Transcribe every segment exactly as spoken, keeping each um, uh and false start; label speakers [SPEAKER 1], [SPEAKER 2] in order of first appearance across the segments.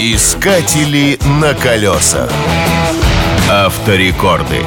[SPEAKER 1] Искатели на колесах. Авторекорды.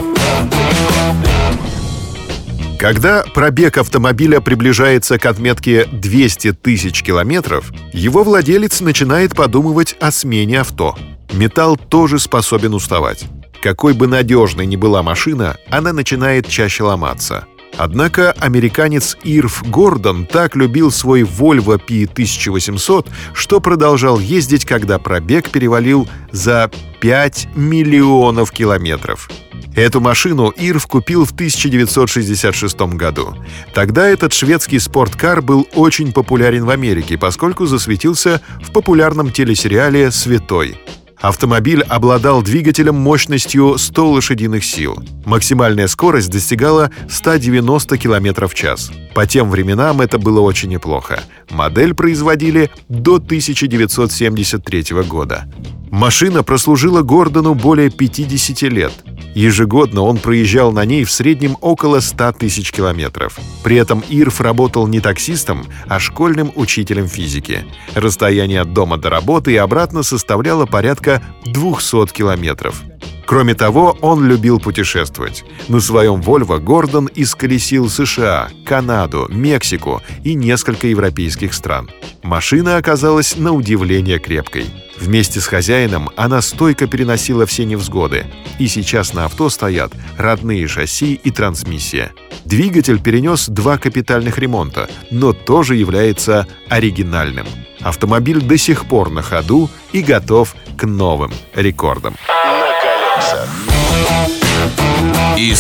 [SPEAKER 2] Когда пробег автомобиля приближается к отметке двести тысяч километров, его владелец начинает подумывать о смене авто. Металл тоже способен уставать. Какой бы надежной ни была машина, она начинает чаще ломаться. Однако американец Ирв Гордон так любил свой Volvo пи тысяча восемьсот, что продолжал ездить, когда пробег перевалил за пять миллионов километров. Эту машину Ирв купил в тысяча девятьсот шестьдесят шестом году. Тогда этот шведский спорткар был очень популярен в Америке, поскольку засветился в популярном телесериале «Святой». Автомобиль обладал двигателем мощностью сто лошадиных сил. Максимальная скорость достигала ста девяноста километров в час. По тем временам это было очень неплохо. Модель производили до тысяча девятьсот семьдесят третьего года. Машина прослужила Гордону более пятидесяти лет. Ежегодно он проезжал на ней в среднем около ста тысяч километров. При этом Ирв работал не таксистом, а школьным учителем физики. Расстояние от дома до работы и обратно составляло порядка двухсот километров. Кроме того, он любил путешествовать. На своем Volvo Гордон исколесил США, Канаду, Мексику и несколько европейских стран. Машина оказалась на удивление крепкой. Вместе с хозяином она стойко переносила все невзгоды. И сейчас на авто стоят родные шасси и трансмиссия. Двигатель перенес два капитальных ремонта, но тоже является оригинальным. Автомобиль до сих пор на ходу и готов к новым рекордам.
[SPEAKER 1] На колесах.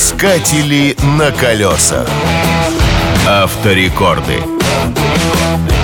[SPEAKER 1] Искатели на колесах. Авторекорды.